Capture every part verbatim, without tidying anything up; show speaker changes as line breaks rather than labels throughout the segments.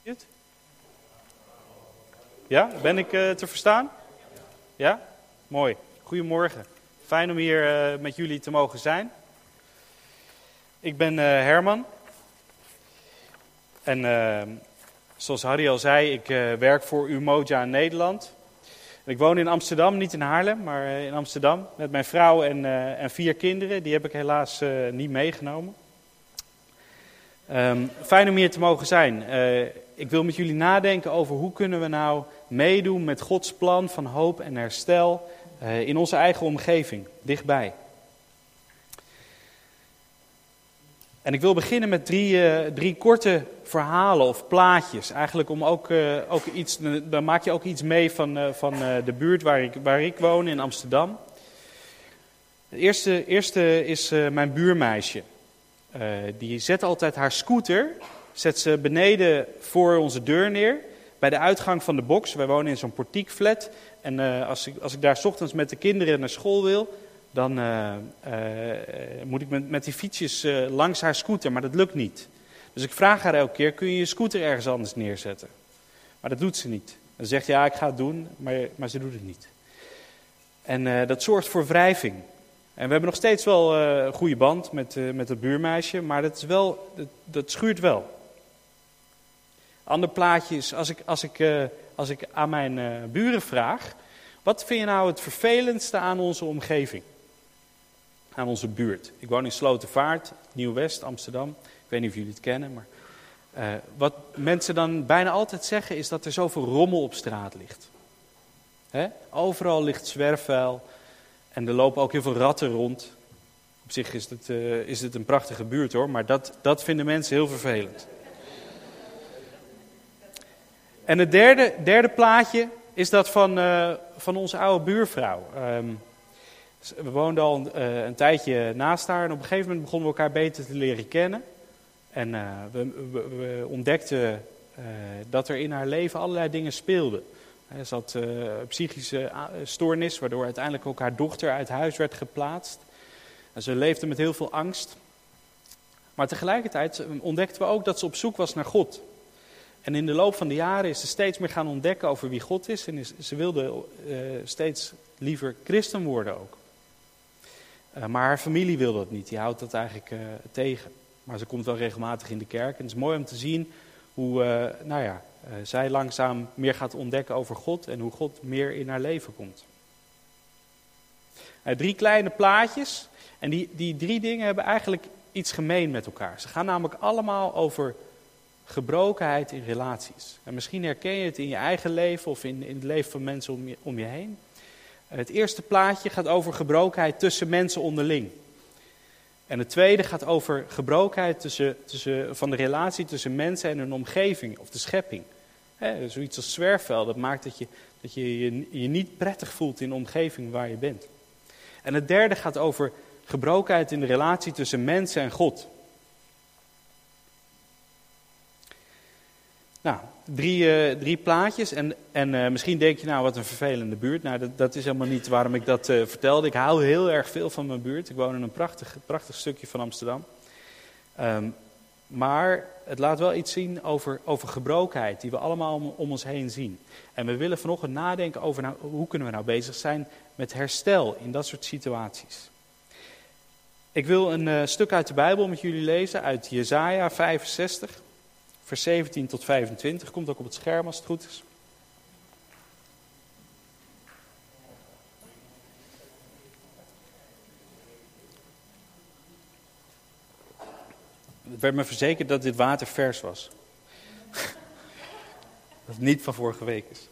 het? Ja, ben ik uh, te verstaan? Ja? Mooi. Goedemorgen. Fijn om hier uh, met jullie te mogen zijn. Ik ben uh, Herman. En uh, zoals Harry al zei, ik uh, werk voor Umoja in Nederland. Ik woon in Amsterdam, niet in Haarlem, maar uh, in Amsterdam. Met mijn vrouw en, uh, en vier kinderen. Die heb ik helaas uh, niet meegenomen. Um, fijn om hier te mogen zijn. Uh, ik wil met jullie nadenken over hoe kunnen we nou meedoen met Gods plan van hoop en herstel uh, in onze eigen omgeving, dichtbij. En ik wil beginnen met drie, uh, drie korte verhalen of plaatjes. Eigenlijk om ook, uh, ook iets, dan maak je ook iets mee van, uh, van uh, de buurt waar ik, waar ik woon in Amsterdam. Het eerste, eerste is uh, mijn buurmeisje. Uh, die zet altijd haar scooter, zet ze beneden voor onze deur neer, bij de uitgang van de box. Wij wonen in zo'n portiekflat en uh, als, ik, als ik daar 's ochtends met de kinderen naar school wil, dan uh, uh, moet ik met, met die fietsjes uh, langs haar scooter, maar dat lukt niet. Dus ik vraag haar elke keer, kun je je scooter ergens anders neerzetten? Maar dat doet ze niet. Dan zegt ja, ik ga het doen, maar, maar ze doet het niet. En uh, dat zorgt voor wrijving. En we hebben nog steeds wel uh, een goede band met, uh, met het buurmeisje, maar dat, is wel, dat, dat schuurt wel. Ander plaatje is, als ik, als ik, uh, als ik aan mijn uh, buren vraag, wat vind je nou het vervelendste aan onze omgeving? Aan onze buurt. Ik woon in Slotervaart, Nieuw-West, Amsterdam. Ik weet niet of jullie het kennen, maar uh, wat mensen dan bijna altijd zeggen is dat er zoveel rommel op straat ligt. Hè? Overal ligt zwerfvuil. En er lopen ook heel veel ratten rond. Op zich is het, uh, is het een prachtige buurt hoor, maar dat, dat vinden mensen heel vervelend. En het derde, derde plaatje is dat van, uh, van onze oude buurvrouw. Um, we woonden al een, uh, een tijdje naast haar en op een gegeven moment begonnen we elkaar beter te leren kennen. En uh, we, we, we ontdekten uh, dat er in haar leven allerlei dingen speelden. Ze had uh, een psychische stoornis, waardoor uiteindelijk ook haar dochter uit huis werd geplaatst. En ze leefde met heel veel angst. Maar tegelijkertijd ontdekten we ook dat ze op zoek was naar God. En in de loop van de jaren is ze steeds meer gaan ontdekken over wie God is. En is, ze wilde uh, steeds liever christen worden ook. Uh, maar haar familie wil dat niet, die houdt dat eigenlijk uh, tegen. Maar ze komt wel regelmatig in de kerk. En het is mooi om te zien hoe, uh, nou ja... Uh, zij langzaam meer gaat ontdekken over God en hoe God meer in haar leven komt. Uh, drie kleine plaatjes en die, die drie dingen hebben eigenlijk iets gemeen met elkaar. Ze gaan namelijk allemaal over gebrokenheid in relaties. En misschien herken je het in je eigen leven of in, in het leven van mensen om je, om je heen. Uh, het eerste plaatje gaat over gebrokenheid tussen mensen onderling. En het tweede gaat over gebrokenheid tussen, tussen, van de relatie tussen mensen en hun omgeving of de schepping. He, zoiets als zwerfvuil, dat maakt dat je, dat je, je je niet prettig voelt in de omgeving waar je bent. En het derde gaat over gebrokenheid in de relatie tussen mensen en God. Nou, drie, uh, drie plaatjes en, en uh, misschien denk je nou wat een vervelende buurt. Nou, dat, dat is helemaal niet waarom ik dat uh, vertelde. Ik hou heel erg veel van mijn buurt. Ik woon in een prachtig, prachtig stukje van Amsterdam. Um, maar het laat wel iets zien over, over gebrokenheid die we allemaal om, om ons heen zien. En we willen vanochtend nadenken over nou, hoe kunnen we nou bezig zijn met herstel in dat soort situaties. Ik wil een uh, stuk uit de Bijbel met jullie lezen uit Jesaja vijfenzestig. Vers zeventien tot vijfentwintig, komt ook op het scherm als het goed is. Het werd me verzekerd dat dit water vers was. Dat het niet van vorige week is.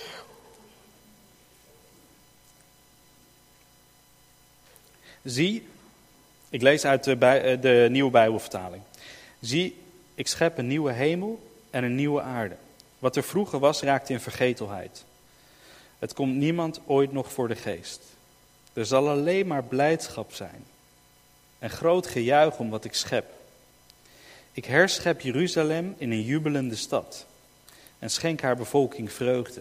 Zie, ik lees uit de, bij, de nieuwe Bijbelvertaling. Zie, ik schep een nieuwe hemel en een nieuwe aarde. Wat er vroeger was, raakt in vergetelheid. Het komt niemand ooit nog voor de geest. Er zal alleen maar blijdschap zijn. En groot gejuich om wat ik schep. Ik herschep Jeruzalem in een jubelende stad. En schenk haar bevolking vreugde.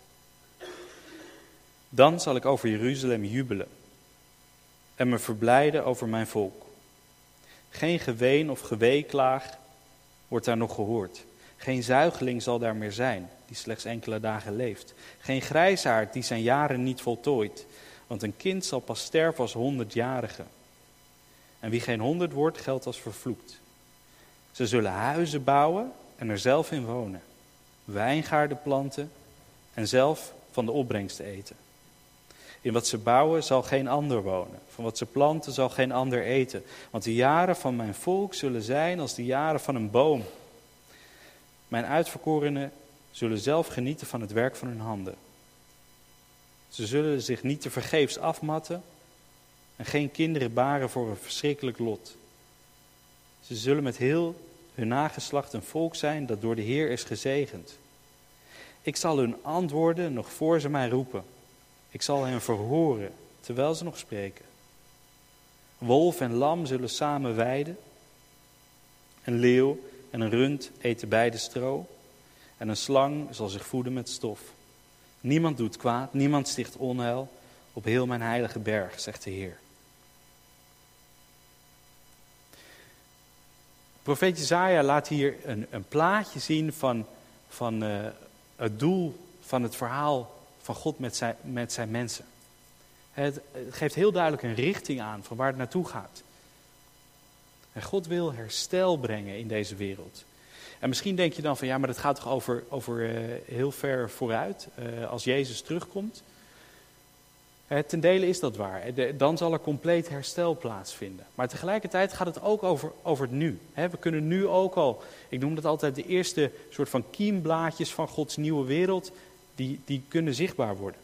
Dan zal ik over Jeruzalem jubelen. En me verblijden over mijn volk. Geen geween of geweeklaag wordt daar nog gehoord. Geen zuigeling zal daar meer zijn, die slechts enkele dagen leeft. Geen grijsaard die zijn jaren niet voltooit. Want een kind zal pas sterven als honderdjarige. En wie geen honderd wordt, geldt als vervloekt. Ze zullen huizen bouwen en er zelf in wonen. Wijngaarden planten en zelf van de opbrengst eten. In wat ze bouwen zal geen ander wonen. Van wat ze planten zal geen ander eten. Want de jaren van mijn volk zullen zijn als de jaren van een boom. Mijn uitverkorenen zullen zelf genieten van het werk van hun handen. Ze zullen zich niet te vergeefs afmatten en geen kinderen baren voor een verschrikkelijk lot. Ze zullen met heel hun nageslacht een volk zijn dat door de Heer is gezegend. Ik zal hun antwoorden nog voor ze mij roepen. Ik zal hen verhoren terwijl ze nog spreken. Wolf en lam zullen samen weiden. Een leeuw en een rund eten beide stro. En een slang zal zich voeden met stof. Niemand doet kwaad, niemand sticht onheil op heel mijn heilige berg, zegt de Heer. Profeet Jesaja laat hier een, een plaatje zien van, van uh, het doel van het verhaal van God met zijn, met zijn mensen. Het, het geeft heel duidelijk een richting aan van waar het naartoe gaat. En God wil herstel brengen in deze wereld. En misschien denk je dan van ja, maar dat gaat toch over, over uh, heel ver vooruit, uh, als Jezus terugkomt. Uh, ten dele is dat waar. De, dan zal er compleet herstel plaatsvinden. Maar tegelijkertijd gaat het ook over, over het nu. He, we kunnen nu ook al, ik noem dat altijd de eerste soort van kiemblaadjes van Gods nieuwe wereld, die, die kunnen zichtbaar worden.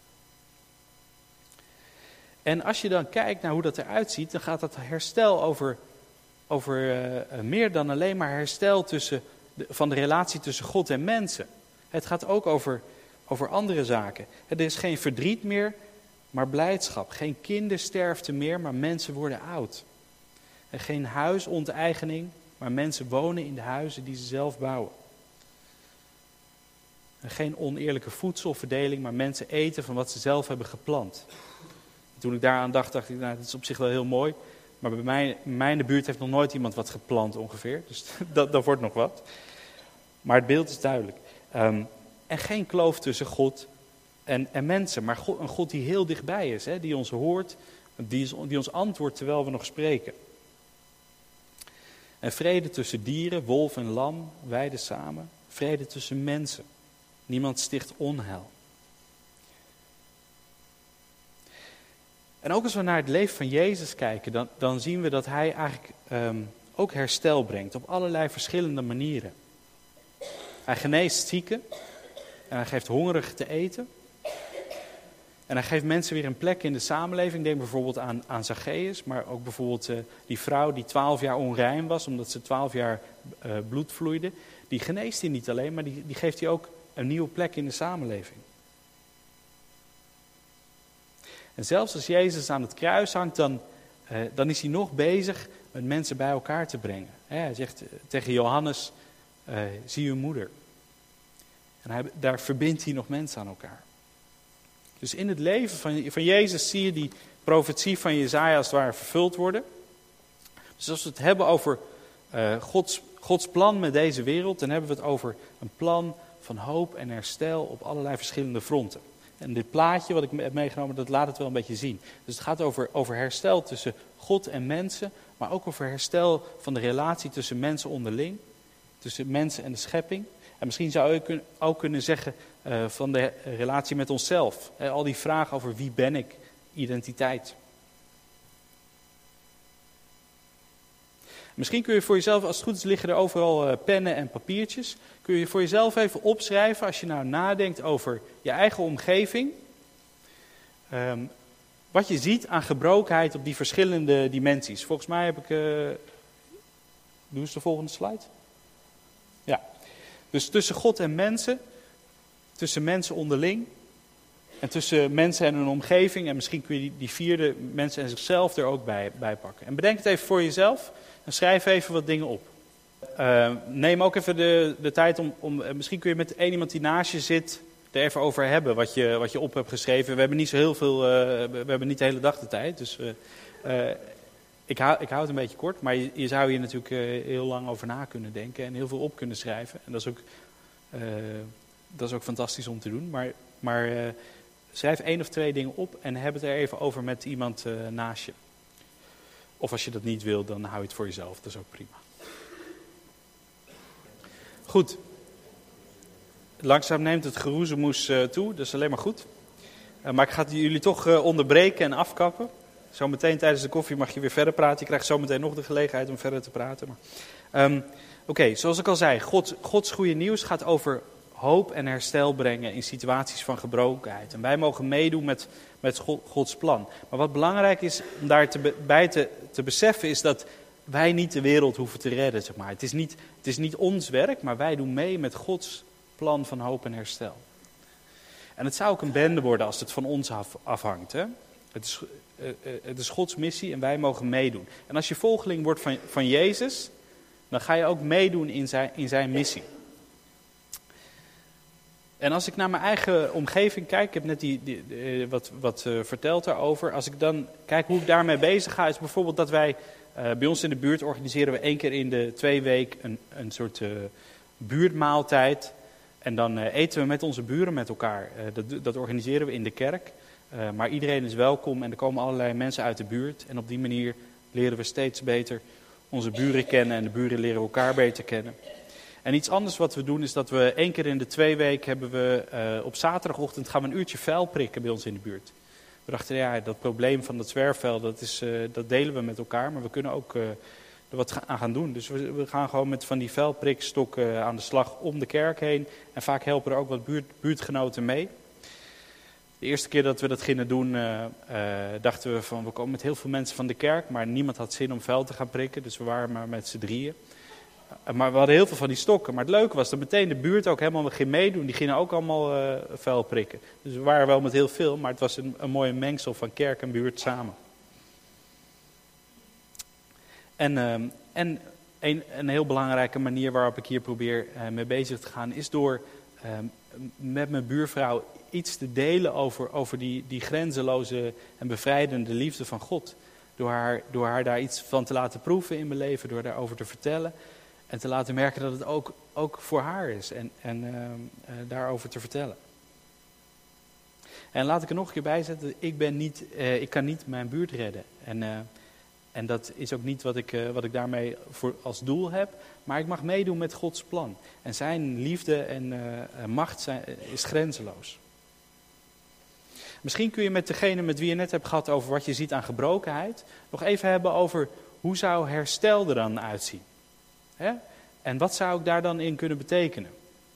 En als je dan kijkt naar hoe dat eruit ziet, dan gaat dat herstel over, over uh, meer dan alleen maar herstel tussen de, van de relatie tussen God en mensen. Het gaat ook over, over andere zaken. Er is geen verdriet meer, maar blijdschap. Geen kindersterfte meer, maar mensen worden oud. En geen huisonteigening, maar mensen wonen in de huizen die ze zelf bouwen. En geen oneerlijke voedselverdeling, maar mensen eten van wat ze zelf hebben geplant. Toen ik daaraan dacht, dacht ik, nou, dat is op zich wel heel mooi. Maar bij mij, mij in de buurt heeft nog nooit iemand wat geplant ongeveer. Dus dat, dat wordt nog wat. Maar het beeld is duidelijk. Um, en geen kloof tussen God en, en mensen. Maar God, een God die heel dichtbij is. Hè, die ons hoort, die, is, die ons antwoordt terwijl we nog spreken. En vrede tussen dieren, wolf en lam, weiden samen. Vrede tussen mensen. Niemand sticht onheil. En ook als we naar het leven van Jezus kijken, dan, dan zien we dat hij eigenlijk um, ook herstel brengt op allerlei verschillende manieren. Hij geneest zieken en hij geeft hongerigen te eten. En hij geeft mensen weer een plek in de samenleving. Denk bijvoorbeeld aan, aan Zacchaeus, maar ook bijvoorbeeld uh, die vrouw die twaalf jaar onrein was, omdat ze twaalf jaar uh, bloed vloeide. Die geneest hij niet alleen, maar die, die geeft hij ook een nieuwe plek in de samenleving. En zelfs als Jezus aan het kruis hangt, dan, uh, dan is hij nog bezig met mensen bij elkaar te brengen. He, hij zegt tegen Johannes, uh, zie uw moeder. En hij, daar verbindt hij nog mensen aan elkaar. Dus in het leven van, van Jezus zie je die profetie van Jesaja als het ware vervuld worden. Dus als we het hebben over uh, Gods, Gods plan met deze wereld, dan hebben we het over een plan van hoop en herstel op allerlei verschillende fronten. En dit plaatje wat ik heb meegenomen, dat laat het wel een beetje zien. Dus het gaat over, over herstel tussen God en mensen, maar ook over herstel van de relatie tussen mensen onderling, tussen mensen en de schepping. En misschien zou je ook kunnen zeggen uh, van de relatie met onszelf. Uh, al die vragen over wie ben ik, identiteit. Misschien kun je voor jezelf, als het goed is liggen er overal uh, pennen en papiertjes. Kun je voor jezelf even opschrijven als je nou nadenkt over je eigen omgeving. Um, wat je ziet aan gebrokenheid op die verschillende dimensies. Volgens mij heb ik... Uh, doe eens de volgende slide. Ja. Dus tussen God en mensen. Tussen mensen onderling. En tussen mensen en hun omgeving. En misschien kun je die, die vierde, mensen en zichzelf, er ook bij, bij pakken. En bedenk het even voor jezelf. En schrijf even wat dingen op. Uh, neem ook even de, de tijd om, om... Misschien kun je met één iemand die naast je zit er even over hebben wat je, wat je op hebt geschreven. We hebben niet zo heel veel... Uh, we hebben niet de hele dag de tijd. Dus uh, uh, ik, hou, ik hou het een beetje kort, maar je, je zou hier natuurlijk uh, heel lang over na kunnen denken en heel veel op kunnen schrijven. En dat is ook, uh, dat is ook fantastisch om te doen. Maar, maar uh, schrijf één of twee dingen op en heb het er even over met iemand uh, naast je. Of als je dat niet wil, dan hou je het voor jezelf. Dat is ook prima. Goed. Langzaam neemt het geroezemoes uh, toe, dat is alleen maar goed. Uh, maar ik ga jullie toch uh, onderbreken en afkappen. Zometeen tijdens de koffie mag je weer verder praten. Je krijgt zometeen nog de gelegenheid om verder te praten. Um, Oké, okay, zoals ik al zei, God, Gods goede nieuws gaat over hoop en herstel brengen in situaties van gebrokenheid. En wij mogen meedoen met, met Gods plan. Maar wat belangrijk is om daarbij te, te beseffen is dat wij niet de wereld hoeven te redden. Zeg maar. Het is niet, het is niet ons werk, maar wij doen mee met Gods plan van hoop en herstel. En het zou ook een bende worden als het van ons af, afhangt. Hè? Het is, uh, uh, het is Gods missie en wij mogen meedoen. En als je volgeling wordt van, van Jezus, dan ga je ook meedoen in zijn, in zijn missie. En als ik naar mijn eigen omgeving kijk, ik heb net die, die, die, wat, wat uh, verteld daarover. Als ik dan kijk hoe ik daarmee bezig ga, is bijvoorbeeld dat wij uh, bij ons in de buurt organiseren we één keer in de twee weken een, een soort uh, buurtmaaltijd. En dan uh, eten we met onze buren met elkaar. Uh, dat, dat organiseren we in de kerk. Uh, maar iedereen is welkom en er komen allerlei mensen uit de buurt. En op die manier leren we steeds beter onze buren kennen en de buren leren elkaar beter kennen. En iets anders wat we doen is dat we één keer in de twee weken hebben we uh, op zaterdagochtend gaan we een uurtje vuil prikken bij ons in de buurt. We dachten, ja, dat probleem van dat zwerfvuil, dat, is, uh, dat delen we met elkaar, maar we kunnen ook uh, er wat aan gaan doen. Dus we, we gaan gewoon met van die vuilprikstokken uh, aan de slag om de kerk heen. En vaak helpen er ook wat buurt, buurtgenoten mee. De eerste keer dat we dat gingen doen, uh, uh, dachten we van, we komen met heel veel mensen van de kerk, maar niemand had zin om vuil te gaan prikken, dus we waren maar met z'n drieën. Maar we hadden heel veel van die stokken. Maar het leuke was dat meteen de buurt ook helemaal ging meedoen. Die gingen ook allemaal uh, vuil prikken. Dus we waren wel met heel veel, maar het was een, een mooie mengsel van kerk en buurt samen. En, uh, en een, een heel belangrijke manier waarop ik hier probeer uh, mee bezig te gaan, is door uh, met mijn buurvrouw iets te delen over, over die, die grenzeloze en bevrijdende liefde van God. Door haar, door haar daar iets van te laten proeven in mijn leven, door daarover te vertellen. En te laten merken dat het ook, ook voor haar is en, en uh, uh, daarover te vertellen. En laat ik er nog een keer bij zetten, ik, ben niet, uh, ik kan niet mijn buurt redden. En, uh, en dat is ook niet wat ik, uh, wat ik daarmee voor, als doel heb. Maar ik mag meedoen met Gods plan. En zijn liefde en uh, macht zijn, is grenzeloos. Misschien kun je met degene met wie je net hebt gehad over wat je ziet aan gebrokenheid, nog even hebben over hoe zou herstel er dan uitzien. Hè? En wat zou ik daar dan in kunnen betekenen?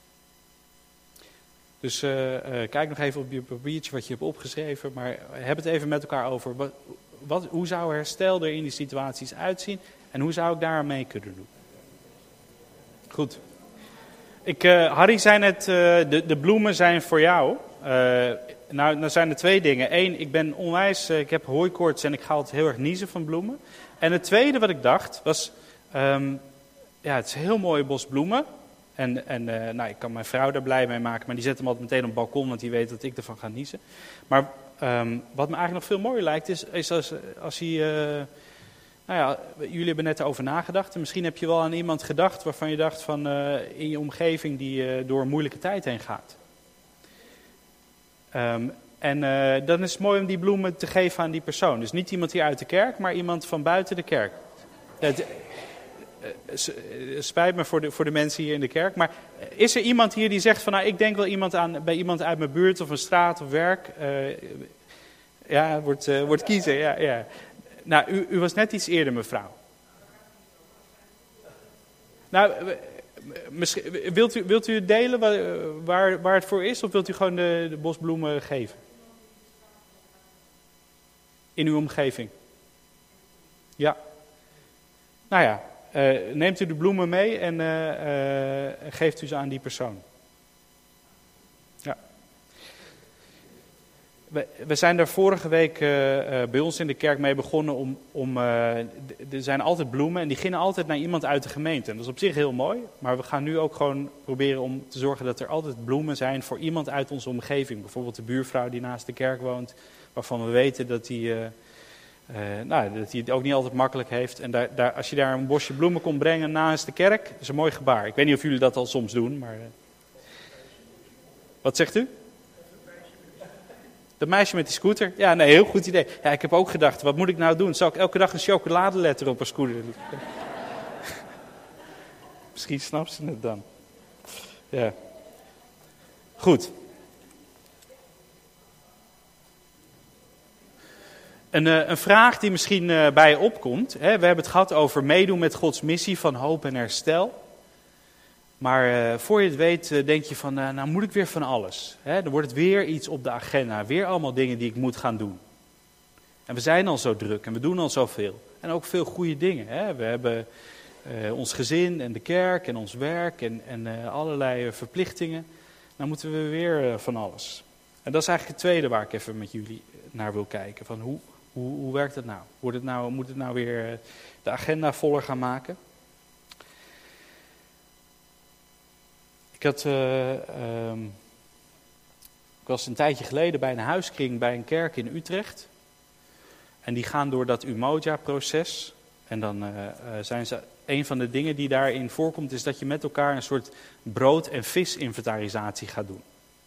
Dus uh, uh, kijk nog even op je papiertje wat je hebt opgeschreven, maar heb het even met elkaar over. Wat, wat, hoe zou herstel er in die situaties uitzien en hoe zou ik daar aan mee kunnen doen? Goed. Ik, uh, Harry zei net, uh, de, de bloemen zijn voor jou. Uh, nou, nou zijn er twee dingen. Eén, ik ben onwijs, uh, ik heb hooikoorts en ik ga altijd heel erg niezen van bloemen. En het tweede wat ik dacht was, um, ja, het is een heel mooi bos bloemen. En, en uh, nou, ik kan mijn vrouw daar blij mee maken, maar die zet hem altijd meteen op het balkon, want die weet dat ik ervan ga niezen. Maar um, wat me eigenlijk nog veel mooier lijkt, is, is als, als hij... Uh, nou ja, jullie hebben net erover nagedacht. En misschien heb je wel aan iemand gedacht waarvan je dacht van uh, in je omgeving die uh, door een moeilijke tijd heen gaat. Um, en uh, dan is het mooi om die bloemen te geven aan die persoon. Dus niet iemand hier uit de kerk, maar iemand van buiten de kerk. Het, uh, spijt me voor de, voor de mensen hier in de kerk. Maar is er iemand hier die zegt van nou, ik denk wel iemand aan, bij iemand uit mijn buurt of een straat of werk. Uh, ja, wordt, uh, wordt kiezen. Ja, ja. Nou, u, u was net iets eerder, mevrouw. Nou, misschien, wilt, u, wilt u delen waar, waar het voor is, of wilt u gewoon de, de bosbloemen geven? In uw omgeving? Ja. Nou ja, uh, neemt u de bloemen mee en uh, uh, geeft u ze aan die persoon. Ja. We, we zijn daar vorige week uh, uh, bij ons in de kerk mee begonnen om, om uh, d- er zijn altijd bloemen en die gingen altijd naar iemand uit de gemeente. En dat is op zich heel mooi, maar we gaan nu ook gewoon proberen om te zorgen dat er altijd bloemen zijn voor iemand uit onze omgeving. Bijvoorbeeld de buurvrouw die naast de kerk woont, waarvan we weten dat die uh, Uh, nou, dat hij het ook niet altijd makkelijk heeft. En daar, daar, als je daar een bosje bloemen kon brengen naast de kerk, dat is een mooi gebaar. Ik weet niet of jullie dat al soms doen, maar... Uh... Wat zegt u? Dat meisje met die scooter? Ja, nee, heel goed idee. Ja, ik heb ook gedacht, wat moet ik nou doen? Zal ik elke dag een chocoladeletter op een scooter doen? Misschien snapt ze het dan. Ja. Goed. Een, uh, een vraag die misschien uh, bij je opkomt. Hè? We hebben het gehad over meedoen met Gods missie van hoop en herstel. Maar uh, voor je het weet uh, denk je van, uh, nou moet ik weer van alles. Hè? Dan wordt het weer iets op de agenda. Weer allemaal dingen die ik moet gaan doen. En we zijn al zo druk en we doen al zoveel. En ook veel goede dingen. Hè? We hebben uh, ons gezin en de kerk en ons werk en, en uh, allerlei uh, verplichtingen. Nou moeten we weer uh, van alles. En dat is eigenlijk het tweede waar ik even met jullie naar wil kijken. Van hoe, hoe, hoe werkt het nou? Wordt het nou? Moet het nou weer uh, de agenda voller gaan maken? Ik had, uh, um, ik was een tijdje geleden bij een huiskring bij een kerk in Utrecht. En die gaan door dat Umoja-proces. En dan uh, zijn ze, een van de dingen die daarin voorkomt is dat je met elkaar een soort brood- en vis-inventarisatie gaat doen.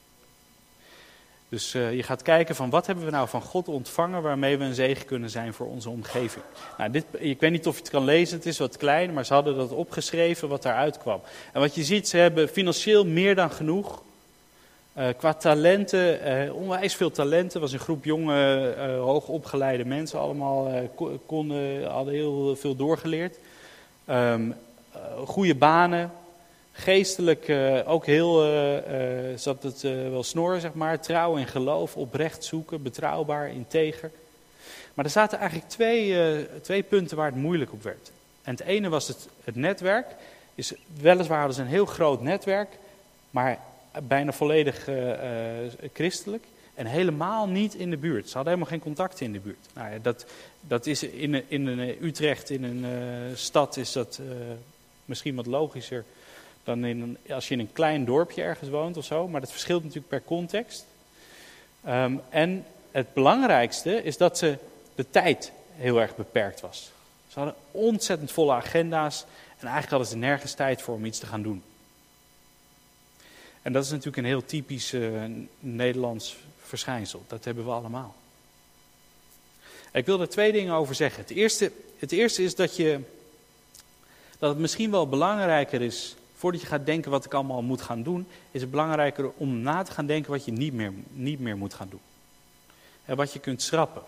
Dus uh, je gaat kijken van wat hebben we nou van God ontvangen waarmee we een zegen kunnen zijn voor onze omgeving. Nou, dit, ik weet niet of je het kan lezen, het is wat klein, maar ze hadden dat opgeschreven wat daaruit kwam. En wat je ziet, ze hebben financieel meer dan genoeg. Uh, qua talenten, uh, onwijs veel talenten. Het was een groep jonge, uh, hoogopgeleide mensen, allemaal uh, konden, hadden heel veel doorgeleerd. Um, uh, goede banen. Geestelijk uh, ook heel, uh, uh, zat het uh, wel snoren, zeg maar. Trouw en geloof, oprecht zoeken, betrouwbaar, integer. Maar er zaten eigenlijk twee, uh, twee punten waar het moeilijk op werd. En het ene was het, het netwerk. Is, weliswaar hadden ze een heel groot netwerk, maar bijna volledig uh, uh, christelijk. En helemaal niet in de buurt. Ze hadden helemaal geen contacten in de buurt. Nou ja, dat, dat is in, in een Utrecht, in een uh, stad, is dat uh, misschien wat logischer dan in een, als je in een klein dorpje ergens woont of zo. Maar dat verschilt natuurlijk per context. Um, en het belangrijkste is dat ze de tijd heel erg beperkt was. Ze hadden ontzettend volle agenda's. En eigenlijk hadden ze nergens tijd voor om iets te gaan doen. En dat is natuurlijk een heel typisch uh, Nederlands verschijnsel. Dat hebben we allemaal. Ik wil er twee dingen over zeggen. Het eerste, het eerste is dat, je, dat het misschien wel belangrijker is, voordat je gaat denken wat ik allemaal moet gaan doen, is het belangrijker om na te gaan denken wat je niet meer, niet meer moet gaan doen. En wat je kunt schrappen.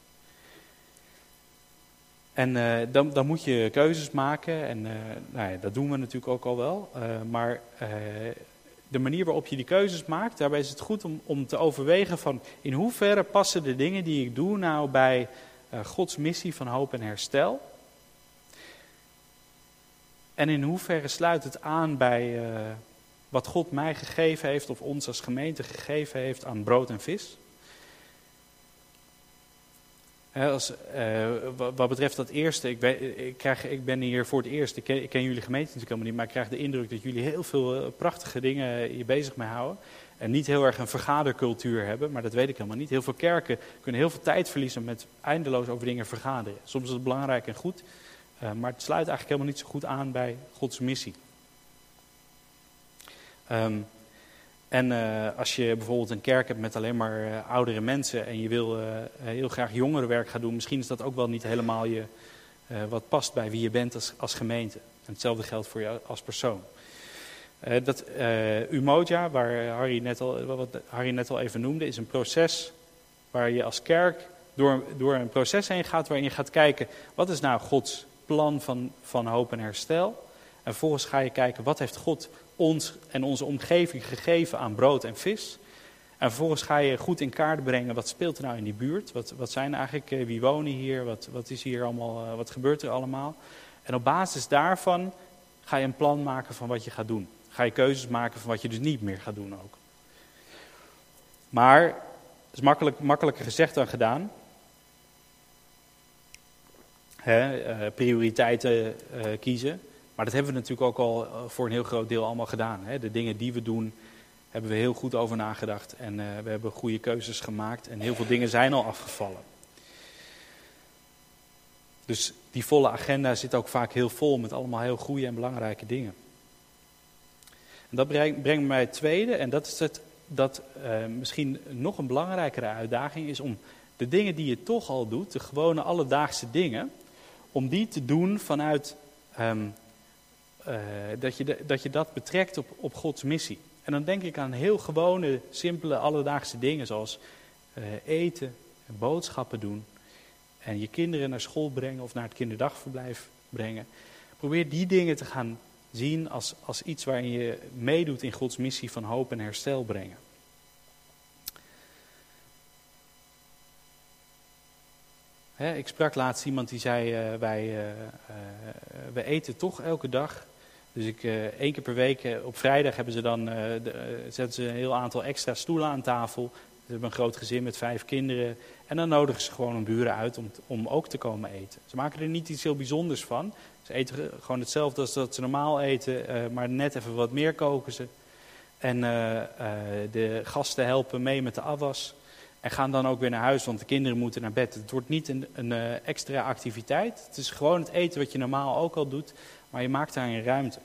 En uh, dan, dan moet je keuzes maken. En uh, nou ja, dat doen we natuurlijk ook al wel. Uh, maar uh, de manier waarop je die keuzes maakt, daarbij is het goed om, om te overwegen van in hoeverre passen de dingen die ik doe nou bij uh, Gods missie van hoop en herstel. En in hoeverre sluit het aan bij uh, wat God mij gegeven heeft of ons als gemeente gegeven heeft aan brood en vis. He, als, uh, wat betreft dat eerste, ik ben, ik, krijg, ik ben hier voor het eerst, ik ken, ik ken jullie gemeente natuurlijk helemaal niet, maar ik krijg de indruk dat jullie heel veel uh, prachtige dingen hier bezig mee houden. En niet heel erg een vergadercultuur hebben, maar dat weet ik helemaal niet. Heel veel kerken kunnen heel veel tijd verliezen met eindeloos over dingen vergaderen. Soms is het belangrijk en goed, uh, maar het sluit eigenlijk helemaal niet zo goed aan bij Gods missie. Um, En uh, als je bijvoorbeeld een kerk hebt met alleen maar uh, oudere mensen en je wil uh, heel graag jongerenwerk gaan doen, misschien is dat ook wel niet helemaal je, uh, wat past bij wie je bent als, als gemeente. En hetzelfde geldt voor je als persoon. Uh, dat uh, Umoja, waar Harry net, al, wat Harry net al even noemde, is een proces waar je als kerk door, door een proces heen gaat waarin je gaat kijken, wat is nou Gods plan van, van hoop en herstel? En vervolgens ga je kijken, wat heeft God ons en onze omgeving gegeven aan brood en vis. En vervolgens ga je goed in kaart brengen, wat speelt er nou in die buurt? Wat, wat zijn eigenlijk, wie wonen hier? Wat, wat is hier allemaal, wat gebeurt er allemaal? En op basis daarvan ga je een plan maken van wat je gaat doen. Ga je keuzes maken van wat je dus niet meer gaat doen ook. Maar, het is makkelijk, makkelijker gezegd dan gedaan. He, uh, prioriteiten uh, kiezen. Maar dat hebben we natuurlijk ook al voor een heel groot deel allemaal gedaan. Hè. De dingen die we doen, hebben we heel goed over nagedacht. En uh, we hebben goede keuzes gemaakt. En heel veel dingen zijn al afgevallen. Dus die volle agenda zit ook vaak heel vol met allemaal heel goede en belangrijke dingen. En dat brengt mij bij het tweede, en dat is het, dat uh, misschien nog een belangrijkere uitdaging is om de dingen die je toch al doet, de gewone alledaagse dingen, om die te doen vanuit um, uh, dat, je de, dat je dat betrekt op, op Gods missie. En dan denk ik aan heel gewone, simpele, alledaagse dingen zoals uh, eten en boodschappen doen. En je kinderen naar school brengen of naar het kinderdagverblijf brengen. Probeer die dingen te gaan zien als, als iets waarin je meedoet in Gods missie van hoop en herstel brengen. He, ik sprak laatst iemand die zei, uh, wij uh, uh, we eten toch elke dag. Dus ik, uh, één keer per week, uh, op vrijdag hebben ze dan, uh, de, uh, zetten ze een heel aantal extra stoelen aan tafel. Ze hebben een groot gezin met vijf kinderen. En dan nodigen ze gewoon hun buren uit om, om ook te komen eten. Ze maken er niet iets heel bijzonders van. Ze eten gewoon hetzelfde als dat ze normaal eten, uh, maar net even wat meer koken ze. En uh, uh, de gasten helpen mee met de afwas. En gaan dan ook weer naar huis, want de kinderen moeten naar bed. Het wordt niet een, een uh, extra activiteit. Het is gewoon het eten wat je normaal ook al doet, maar je maakt daar een ruimte.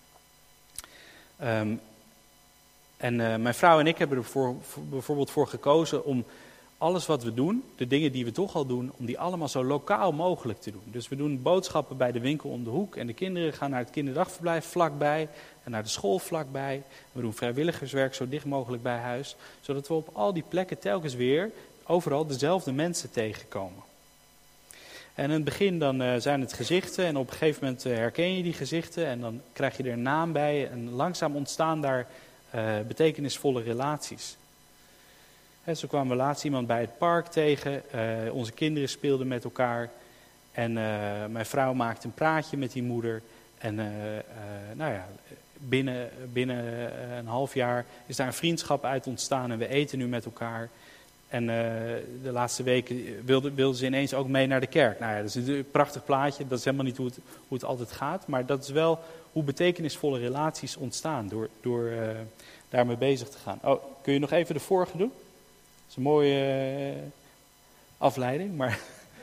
Um, en uh, mijn vrouw en ik hebben er voor, voor, bijvoorbeeld voor gekozen om alles wat we doen, de dingen die we toch al doen, om die allemaal zo lokaal mogelijk te doen. Dus we doen boodschappen bij de winkel om de hoek en de kinderen gaan naar het kinderdagverblijf vlakbij en naar de school vlakbij. We doen vrijwilligerswerk zo dicht mogelijk bij huis, zodat we op al die plekken telkens weer overal dezelfde mensen tegenkomen. En in het begin dan uh, zijn het gezichten en op een gegeven moment uh, herken je die gezichten en dan krijg je er een naam bij en langzaam ontstaan daar uh, betekenisvolle relaties. He, zo kwamen we laatst iemand bij het park tegen, uh, onze kinderen speelden met elkaar en uh, mijn vrouw maakte een praatje met die moeder. En uh, uh, nou ja, binnen, binnen uh, een half jaar is daar een vriendschap uit ontstaan en we eten nu met elkaar. En uh, de laatste weken wilden wilde ze ineens ook mee naar de kerk. Nou ja, dat is een prachtig plaatje, dat is helemaal niet hoe het, hoe het altijd gaat. Maar dat is wel hoe betekenisvolle relaties ontstaan door, door uh, daarmee bezig te gaan. Oh, kun je nog even de vorige doen? Dat is een mooie uh, afleiding, maar...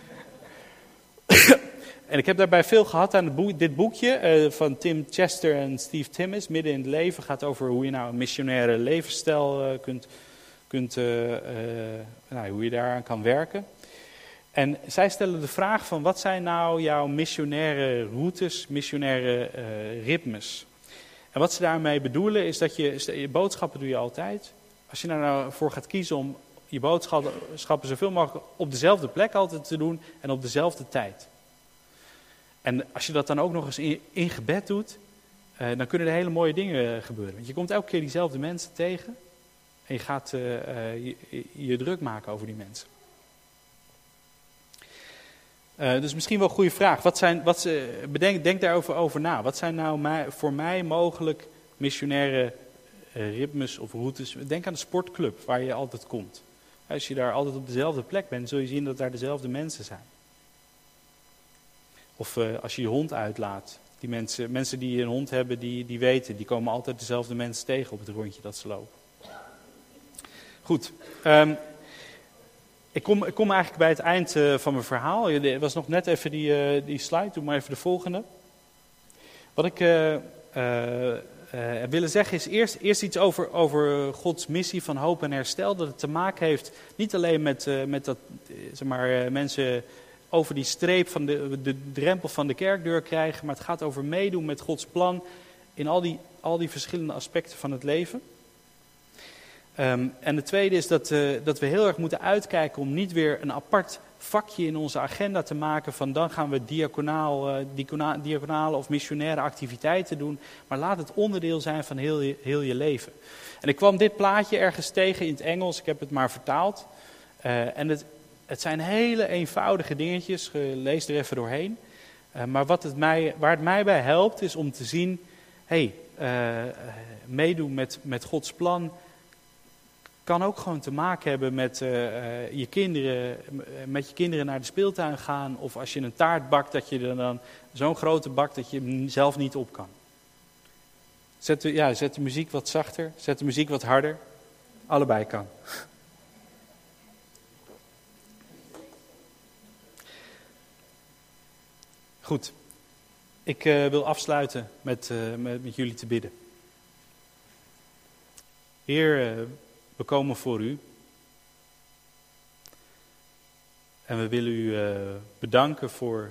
En ik heb daarbij veel gehad aan het boek, dit boekje uh, van Tim Chester en Steve Timmis, Midden in het Leven. Gaat over hoe je nou een missionaire levensstijl uh, kunt, kunt uh, uh, nou, hoe je daaraan kan werken. En zij stellen de vraag van wat zijn nou jouw missionaire routes, missionaire uh, ritmes. En wat ze daarmee bedoelen is dat je, je boodschappen doe je altijd. Als je nou voor gaat kiezen om je boodschappen zoveel mogelijk op dezelfde plek altijd te doen en op dezelfde tijd. En als je dat dan ook nog eens in, in gebed doet, uh, dan kunnen er hele mooie dingen gebeuren. Want je komt elke keer diezelfde mensen tegen en je gaat uh, uh, je, je druk maken over die mensen. Uh, dus misschien wel een goede vraag. Wat zijn, wat, uh, bedenk, denk daarover over na. Wat zijn nou mij, voor mij mogelijk missionaire uh, ritmes of routes? Denk aan de sportclub waar je altijd komt. Als je daar altijd op dezelfde plek bent, zul je zien dat daar dezelfde mensen zijn. Of uh, als je je hond uitlaat. Die mensen, mensen die een hond hebben, die, die weten, die komen altijd dezelfde mensen tegen op het rondje dat ze lopen. Goed. Um, ik, kom, ik kom eigenlijk bij het eind uh, van mijn verhaal. Er was nog net even die, uh, die slide, doe maar even de volgende. Wat ik uh, uh, uh, willen zeggen is eerst, eerst iets over, over Gods missie van hoop en herstel. Dat het te maken heeft niet alleen met, uh, met dat zeg maar, uh, mensen over die streep van de, de drempel van de kerkdeur krijgen. Maar het gaat over meedoen met Gods plan in al die, al die verschillende aspecten van het leven. Um, en het tweede is dat, uh, dat we heel erg moeten uitkijken om niet weer een apart vakje in onze agenda te maken van dan gaan we diaconaal, uh, diacona, diaconale of missionaire activiteiten doen. Maar laat het onderdeel zijn van heel je, heel je leven. En ik kwam dit plaatje ergens tegen in het Engels, ik heb het maar vertaald. Uh, en het, het zijn hele eenvoudige dingetjes, lees er even doorheen. Uh, maar wat het mij, waar het mij bij helpt is om te zien, hé, hey, uh, meedoen met, met Gods plan kan ook gewoon te maken hebben met uh, uh, je kinderen, met je kinderen naar de speeltuin gaan. Of als je een taart bakt, dat je er dan zo'n grote bak dat je hem zelf niet op kan. Zet de, ja, zet de muziek wat zachter, zet de muziek wat harder. Allebei kan. Goed, ik uh, wil afsluiten met, uh, met, met jullie te bidden. Heer, uh, we komen voor u. En we willen u uh, bedanken voor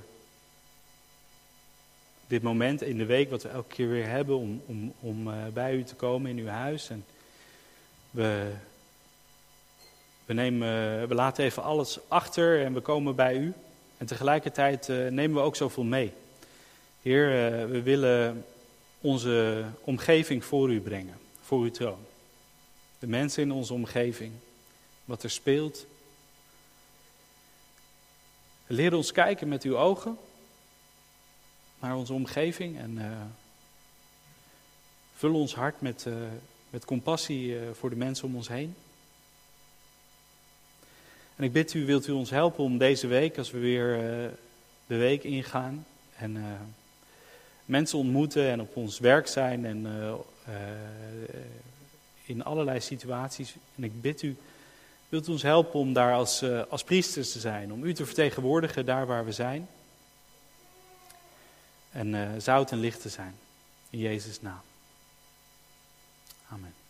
dit moment in de week wat we elke keer weer hebben om, om, om uh, bij u te komen in uw huis. En we, we, nemen, we laten even alles achter en we komen bij u. En tegelijkertijd uh, nemen we ook zoveel mee. Heer, uh, we willen onze omgeving voor u brengen, voor uw troon. De mensen in onze omgeving, wat er speelt. Leer ons kijken met uw ogen naar onze omgeving en uh, vul ons hart met, uh, met compassie uh, voor de mensen om ons heen. En ik bid u, wilt u ons helpen om deze week, als we weer uh, de week ingaan en uh, mensen ontmoeten en op ons werk zijn en uh, uh, in allerlei situaties. En ik bid u, wilt u ons helpen om daar als, uh, als priesters te zijn, om u te vertegenwoordigen daar waar we zijn. En uh, zout en licht te zijn. In Jezus' naam. Amen.